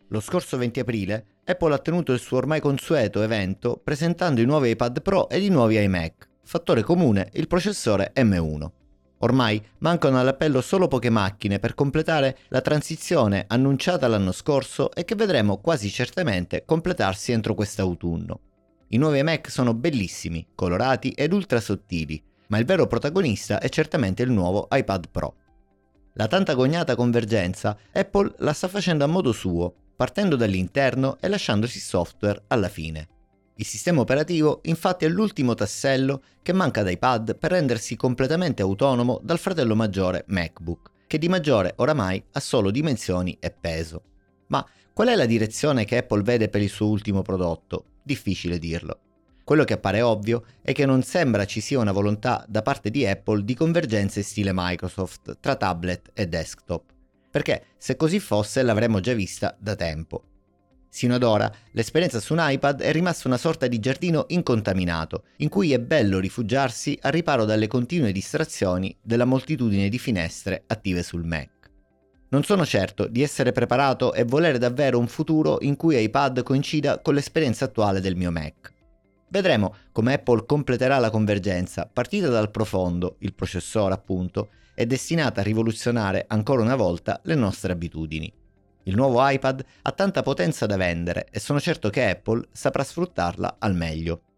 Lo scorso 20 aprile Apple ha tenuto il suo ormai consueto evento presentando i nuovi iPad Pro ed i nuovi iMac, fattore comune il processore M1. Ormai mancano all'appello solo poche macchine per completare la transizione annunciata l'anno scorso e che vedremo quasi certamente completarsi entro quest'autunno. I nuovi iMac sono bellissimi, colorati ed ultra sottili, ma il vero protagonista è certamente il nuovo iPad Pro. La tanto agognata convergenza Apple la sta facendo a modo suo, partendo dall'interno e lasciandosi software alla fine. Il sistema operativo infatti è l'ultimo tassello che manca ad iPad per rendersi completamente autonomo dal fratello maggiore MacBook, che di maggiore oramai ha solo dimensioni e peso. Ma qual è la direzione che Apple vede per il suo ultimo prodotto? Difficile dirlo. Quello che appare ovvio è che non sembra ci sia una volontà da parte di Apple di convergenze stile Microsoft tra tablet e desktop, perché se così fosse l'avremmo già vista da tempo. Sino ad ora l'esperienza su un iPad è rimasta una sorta di giardino incontaminato, in cui è bello rifugiarsi a riparo dalle continue distrazioni della moltitudine di finestre attive sul Mac. Non sono certo di essere preparato e volere davvero un futuro in cui iPad coincida con l'esperienza attuale del mio Mac. Vedremo come Apple completerà la convergenza, partita dal profondo, il processore appunto, è destinata a rivoluzionare ancora una volta le nostre abitudini. Il nuovo iPad ha tanta potenza da vendere e sono certo che Apple saprà sfruttarla al meglio.